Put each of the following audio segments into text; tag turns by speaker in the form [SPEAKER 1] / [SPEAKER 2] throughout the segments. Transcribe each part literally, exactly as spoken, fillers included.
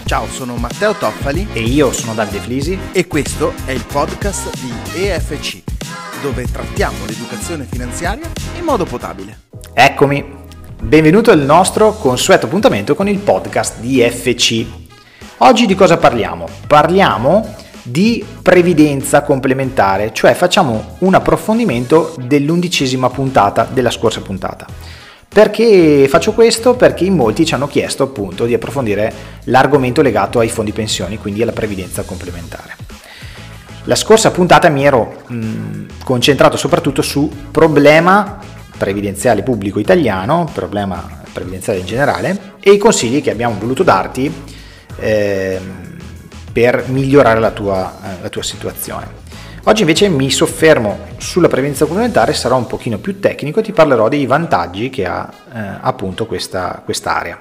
[SPEAKER 1] Ciao, sono Matteo Toffali
[SPEAKER 2] e io sono Davide Flisi
[SPEAKER 1] e questo è il podcast di E F C, dove trattiamo l'educazione finanziaria in modo potabile.
[SPEAKER 2] Eccomi, benvenuto al nostro consueto appuntamento con il podcast di E F C. Oggi di cosa parliamo? Parliamo di previdenza complementare, cioè facciamo un approfondimento dell'undicesima puntata della scorsa puntata. Perché faccio questo? Perché in molti ci hanno chiesto appunto di approfondire l'argomento legato ai fondi pensioni, quindi alla previdenza complementare. La scorsa puntata mi ero mh, concentrato soprattutto su problema previdenziale pubblico italiano, problema previdenziale in generale, e i consigli che abbiamo voluto darti eh, per migliorare la tua, eh, la tua situazione. Oggi invece mi soffermo sulla previdenza complementare, sarò un pochino più tecnico e ti parlerò dei vantaggi che ha eh, appunto questa quest'area.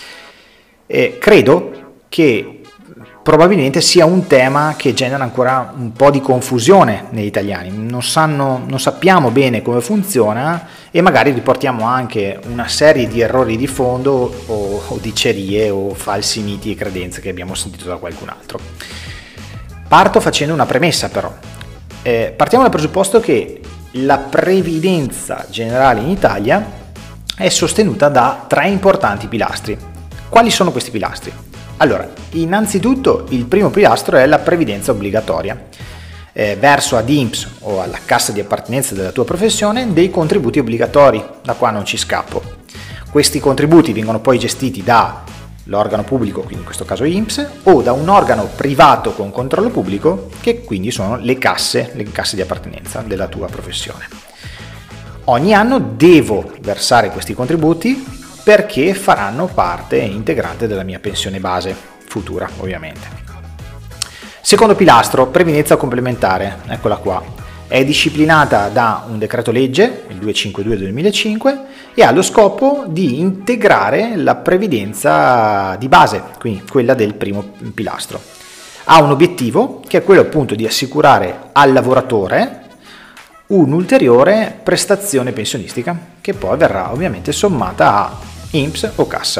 [SPEAKER 2] E credo che probabilmente sia un tema che genera ancora un po' di confusione negli italiani, non sanno, non sappiamo bene come funziona e magari riportiamo anche una serie di errori di fondo o, o dicerie o falsi miti e credenze che abbiamo sentito da qualcun altro. Parto facendo una premessa però. Eh, partiamo dal presupposto che la previdenza generale in Italia è sostenuta da tre importanti pilastri. Quali sono questi pilastri? Allora, innanzitutto il primo pilastro è la previdenza obbligatoria, eh, verso ad I N P S o alla cassa di appartenenza della tua professione dei contributi obbligatori, da qua non ci scappo. Questi contributi vengono poi gestiti da l'organo pubblico, quindi in questo caso I N P S, o da un organo privato con controllo pubblico, che quindi sono le casse, le casse di appartenenza della tua professione. Ogni anno devo versare questi contributi perché faranno parte integrante della mia pensione base, futura ovviamente. Secondo pilastro, previdenza complementare, eccola qua. È disciplinata da un decreto legge, il duecentocinquantadue del duemilacinque, e ha lo scopo di integrare la previdenza di base, quindi quella del primo pilastro. Ha un obiettivo che è quello appunto di assicurare al lavoratore un'ulteriore prestazione pensionistica che poi verrà ovviamente sommata a I N P S o cassa.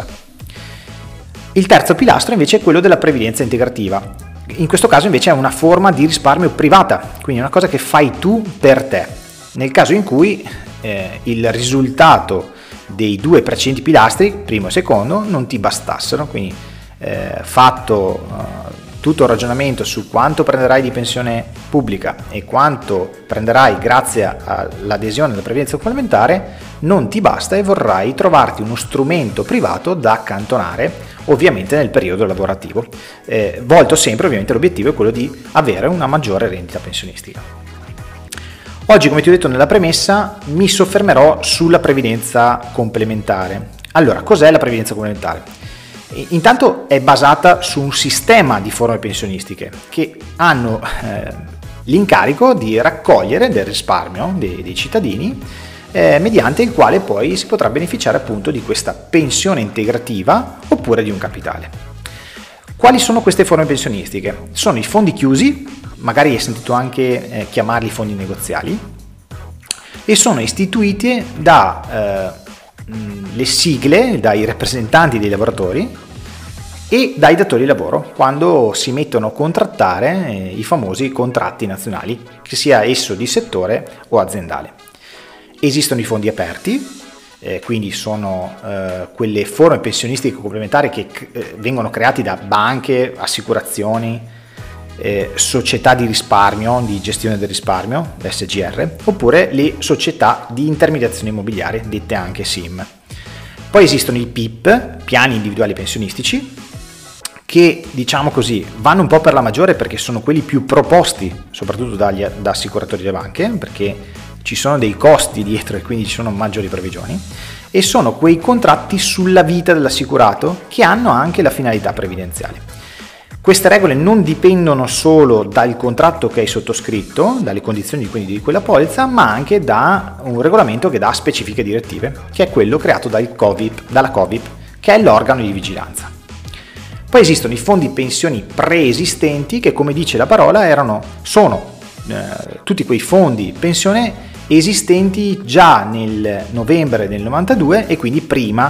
[SPEAKER 2] Il terzo pilastro invece è quello della previdenza integrativa. In questo caso invece è una forma di risparmio privata, quindi è una cosa che fai tu per te. Nel caso in cui eh, il risultato dei due precedenti pilastri, primo e secondo, non ti bastassero, quindi eh, fatto eh, tutto il ragionamento su quanto prenderai di pensione pubblica e quanto prenderai grazie all'adesione alla previdenza complementare, non ti basta e vorrai trovarti uno strumento privato da accantonare, ovviamente nel periodo lavorativo, eh, volto sempre ovviamente l'obiettivo è quello di avere una maggiore rendita pensionistica. Oggi, come ti ho detto nella premessa, mi soffermerò sulla previdenza complementare. Allora, cos'è la previdenza complementare? Intanto è basata su un sistema di forme pensionistiche che hanno eh, l'incarico di raccogliere del risparmio dei, dei cittadini eh, mediante il quale poi si potrà beneficiare appunto di questa pensione integrativa oppure di un capitale. Quali sono queste forme pensionistiche? Sono i fondi chiusi, magari hai sentito anche eh, chiamarli fondi negoziali, e sono istituiti da eh, le sigle, dai rappresentanti dei lavoratori e dai datori di lavoro quando si mettono a contrattare eh, i famosi contratti nazionali, che sia esso di settore o aziendale. Esistono i fondi aperti, eh, quindi sono eh, quelle forme pensionistiche complementari che eh, vengono creati da banche, assicurazioni, eh, società di risparmio, di gestione del risparmio, S G R, oppure le società di intermediazione immobiliare, dette anche S I M. Poi esistono i P I P, piani individuali pensionistici, che diciamo così vanno un po' per la maggiore perché sono quelli più proposti soprattutto dagli, da assicuratori delle banche, perché ci sono dei costi dietro e quindi ci sono maggiori previsioni, e sono quei contratti sulla vita dell'assicurato che hanno anche la finalità previdenziale. Queste regole non dipendono solo dal contratto che hai sottoscritto, dalle condizioni quindi di quella polizza, ma anche da un regolamento che dà specifiche direttive, che è quello creato dal COVIP, dalla COVIP, che è l'organo di vigilanza. Poi esistono i fondi pensioni preesistenti che, come dice la parola, erano, sono eh, tutti quei fondi pensione esistenti già nel novembre del novantadue e quindi prima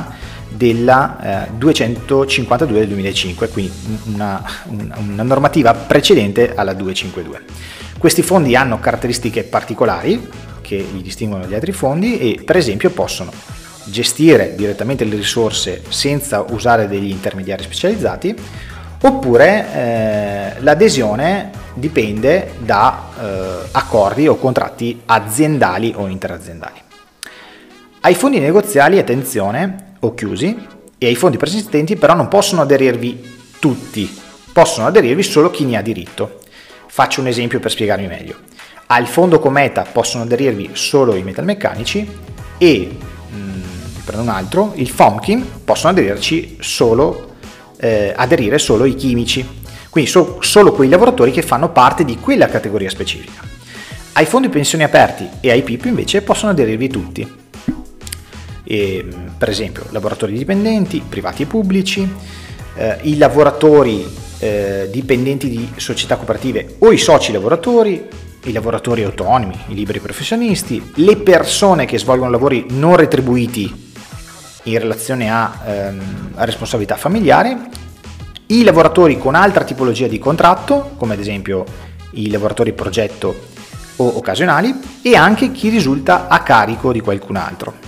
[SPEAKER 2] della eh, duecentocinquantadue del duemilacinque, quindi una, una, una normativa precedente alla duecentocinquantadue. Questi fondi hanno caratteristiche particolari che li distinguono dagli altri fondi e per esempio possono gestire direttamente le risorse senza usare degli intermediari specializzati, oppure eh, l'adesione dipende da eh, accordi o contratti aziendali o interaziendali. Ai fondi negoziali, attenzione, o chiusi, e ai fondi persistenti però non possono aderirvi tutti, possono aderirvi solo chi ne ha diritto. Faccio un esempio per spiegarmi meglio. Al fondo Cometa possono aderirvi solo i metalmeccanici e, mh, per un altro, il Fomkin possono aderirci solo, eh, aderire solo i chimici, quindi so, solo quei lavoratori che fanno parte di quella categoria specifica. Ai fondi pensioni aperti e ai P I P invece possono aderirvi tutti. E, per esempio lavoratori dipendenti, privati e pubblici, eh, i lavoratori eh, dipendenti di società cooperative o i soci lavoratori, i lavoratori autonomi, i liberi professionisti, le persone che svolgono lavori non retribuiti in relazione a, ehm, a responsabilità familiare, i lavoratori con altra tipologia di contratto, come ad esempio i lavoratori progetto o occasionali, e anche chi risulta a carico di qualcun altro.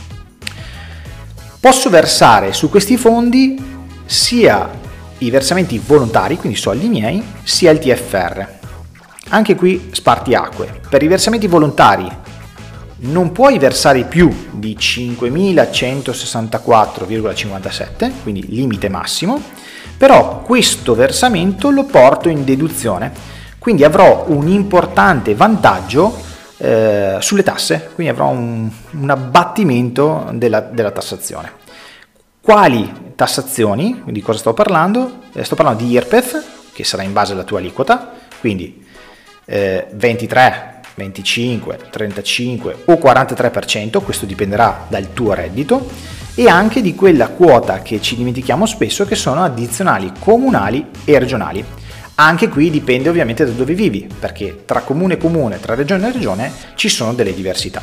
[SPEAKER 2] Posso versare su questi fondi sia i versamenti volontari, quindi soldi miei, sia il T F R. Anche qui spartiacque. Per i versamenti volontari non puoi versare più di cinquemilacentosessantaquattro virgola cinquantasette, quindi limite massimo, però questo versamento lo porto in deduzione, quindi avrò un importante vantaggio Eh, sulle tasse, quindi avrò un, un abbattimento della, della tassazione. Quali tassazioni? Di cosa sto parlando? Eh, sto parlando di I R P E F, che sarà in base alla tua aliquota, quindi eh, ventitré, venticinque, trentacinque o quarantatré per cento, questo dipenderà dal tuo reddito, e anche di quella quota che ci dimentichiamo spesso, che sono addizionali comunali e regionali. Anche qui dipende ovviamente da dove vivi, perché tra comune e comune, tra regione e regione ci sono delle diversità.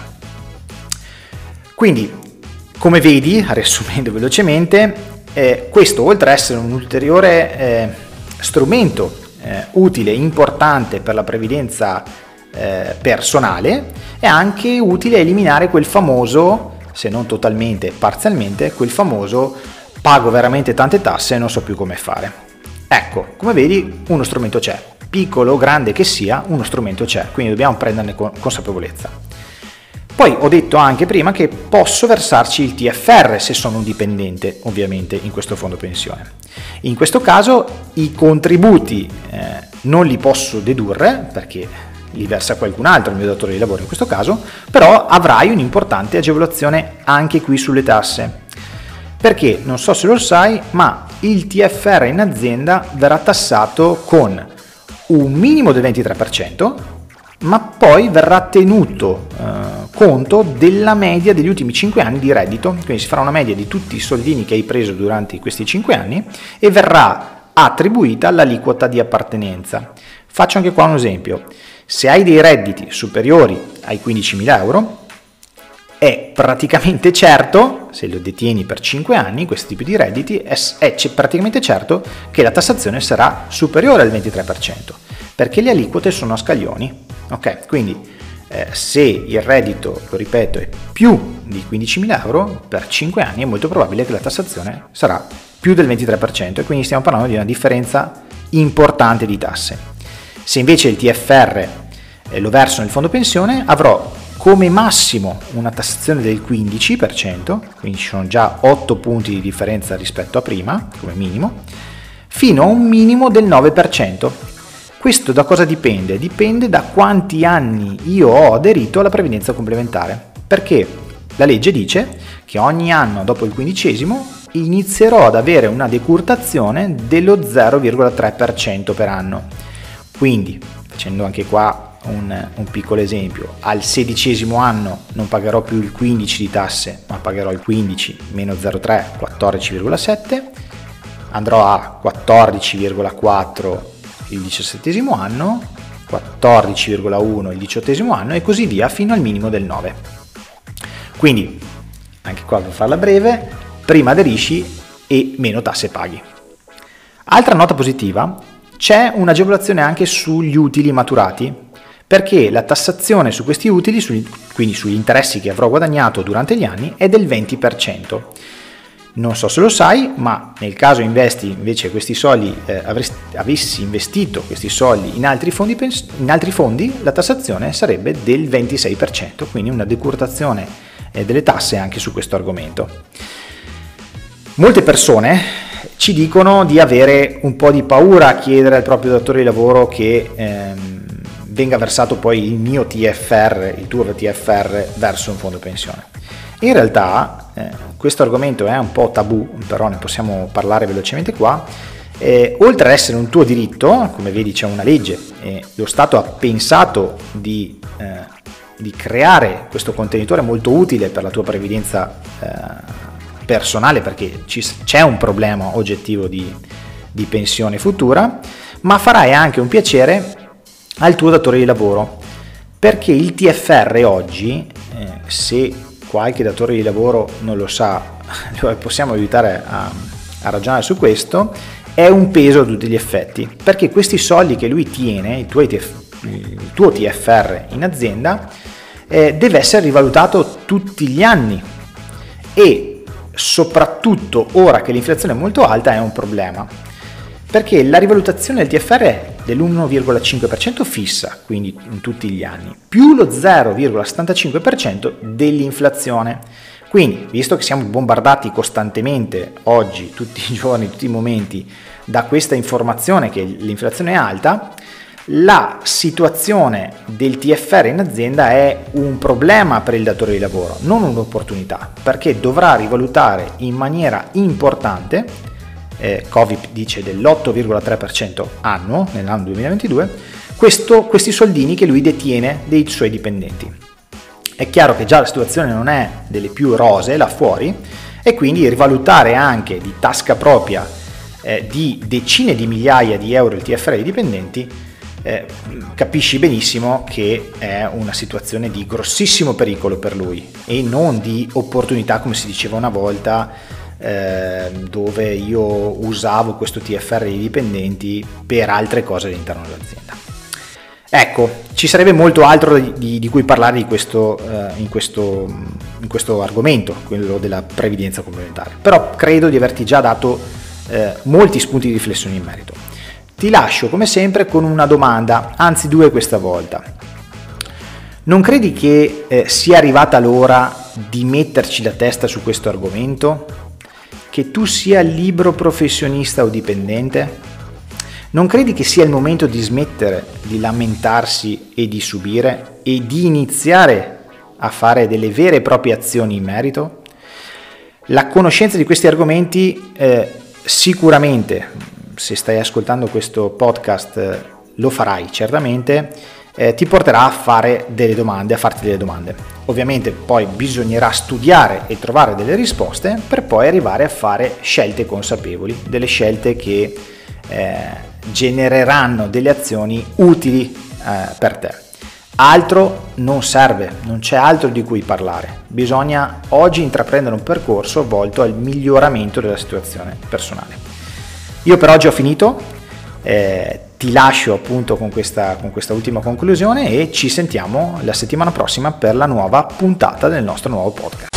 [SPEAKER 2] Quindi, come vedi, riassumendo velocemente, eh, questo oltre ad essere un ulteriore eh, strumento eh, utile e importante per la previdenza eh, personale, è anche utile a eliminare quel famoso, se non totalmente, parzialmente, quel famoso pago veramente tante tasse e non so più come fare. Ecco, come vedi, uno strumento c'è, piccolo o grande che sia, uno strumento c'è, quindi dobbiamo prenderne consapevolezza. Poi ho detto anche prima che posso versarci il T F R se sono un dipendente, ovviamente, in questo fondo pensione. In questo caso i contributi eh, non li posso dedurre, perché li versa qualcun altro, il mio datore di lavoro in questo caso, però avrai un'importante agevolazione anche qui sulle tasse. Perché, non so se lo sai, ma il T F R in azienda verrà tassato con un minimo del ventitré per cento, ma poi verrà tenuto eh, conto della media degli ultimi cinque anni di reddito, quindi si farà una media di tutti i soldini che hai preso durante questi cinque anni e verrà attribuita l'aliquota di appartenenza. Faccio anche qua un esempio: se hai dei redditi superiori ai quindicimila euro, è praticamente certo, se lo detieni per cinque anni, questo tipo di redditi, è, è praticamente certo che la tassazione sarà superiore al ventitré per cento, perché le aliquote sono a scaglioni. Ok, quindi eh, se il reddito, lo ripeto, è più di quindicimila euro, per cinque anni è molto probabile che la tassazione sarà più del ventitré per cento, e quindi stiamo parlando di una differenza importante di tasse. Se invece il T F R eh, lo verso nel fondo pensione, avrò come massimo una tassazione del quindici per cento, quindi ci sono già otto punti di differenza rispetto a prima, come minimo, fino a un minimo del nove per cento. Questo da cosa dipende? Dipende da quanti anni io ho aderito alla previdenza complementare, perché la legge dice che ogni anno dopo il quindicesimo inizierò ad avere una decurtazione dello zero virgola tre per cento per anno. Quindi, facendo anche qua Un, un piccolo esempio, al sedicesimo anno non pagherò più il quindici di tasse, ma pagherò il quindici meno zero virgola tre, quattordici virgola sette, andrò a quattordici virgola quattro il diciassettesimo anno, quattordici virgola uno il diciottesimo anno e così via fino al minimo del nove. Quindi, anche qua per farla breve, prima aderisci e meno tasse paghi. Altra nota positiva, c'è un'agevolazione anche sugli utili maturati, perché la tassazione su questi utili, sugli, quindi sugli interessi che avrò guadagnato durante gli anni, è del venti per cento. Non so se lo sai, ma nel caso investi invece questi soldi, eh, avresti, avessi investito questi soldi in altri fondi, in altri fondi, la tassazione sarebbe del ventisei per cento, quindi una decurtazione eh, delle tasse anche su questo argomento. Molte persone ci dicono di avere un po' di paura a chiedere al proprio datore di lavoro che ehm, venga versato poi il mio T F R, il tuo T F R verso un fondo pensione. In realtà eh, questo argomento è un po' tabù, però ne possiamo parlare velocemente qua. Eh, oltre ad essere un tuo diritto, come vedi c'è una legge e lo Stato ha pensato di, eh, di creare questo contenitore molto utile per la tua previdenza eh, personale, perché ci, c'è un problema oggettivo di, di pensione futura, ma farai anche un piacere al tuo datore di lavoro, perché il T F R oggi, eh, se qualche datore di lavoro non lo sa, lo possiamo aiutare a, a ragionare su questo, è un peso a tutti gli effetti, perché questi soldi che lui tiene, il tuo, il tuo T F R in azienda, eh, deve essere rivalutato tutti gli anni e soprattutto ora che l'inflazione è molto alta è un problema, perché la rivalutazione del T F R è dell'uno virgola cinque per cento fissa, quindi in tutti gli anni, più lo zero virgola settantacinque per cento dell'inflazione. Quindi, visto che siamo bombardati costantemente oggi, tutti i giorni, tutti i momenti, da questa informazione che l'inflazione è alta, la situazione del T F R in azienda è un problema per il datore di lavoro, non un'opportunità, perché dovrà rivalutare in maniera importante, eh, Covid dice dell'otto virgola tre per cento annuo nell'anno duemilaventidue, questo, questi soldini che lui detiene dei suoi dipendenti. È chiaro che già la situazione non è delle più rosee là fuori e quindi rivalutare anche di tasca propria eh, di decine di migliaia di euro il T F R dei dipendenti, eh, capisci benissimo che è una situazione di grossissimo pericolo per lui e non di opportunità, come si diceva una volta, eh, dove io usavo questo T F R dei dipendenti per altre cose all'interno dell'azienda. Ecco, ci sarebbe molto altro di, di, di cui parlare di questo, eh, in, questo, in questo argomento, quello della previdenza complementare, però credo di averti già dato eh, molti spunti di riflessione in merito. Ti lascio come sempre con una domanda, anzi due questa volta. Non credi che eh, sia arrivata l'ora di metterci la testa su questo argomento? Che tu sia libero professionista o dipendente? Non credi che sia il momento di smettere di lamentarsi e di subire e di iniziare a fare delle vere e proprie azioni in merito? La conoscenza di questi argomenti eh, sicuramente, se stai ascoltando questo podcast, eh, lo farai certamente, eh, ti porterà a fare delle domande, a farti delle domande. Ovviamente poi bisognerà studiare e trovare delle risposte per poi arrivare a fare scelte consapevoli, delle scelte che eh, genereranno delle azioni utili eh, per te. Altro non serve, non c'è altro di cui parlare. Bisogna oggi intraprendere un percorso volto al miglioramento della situazione personale. Io per oggi ho finito, eh, ti lascio appunto con questa, con questa ultima conclusione e ci sentiamo la settimana prossima per la nuova puntata del nostro nuovo podcast.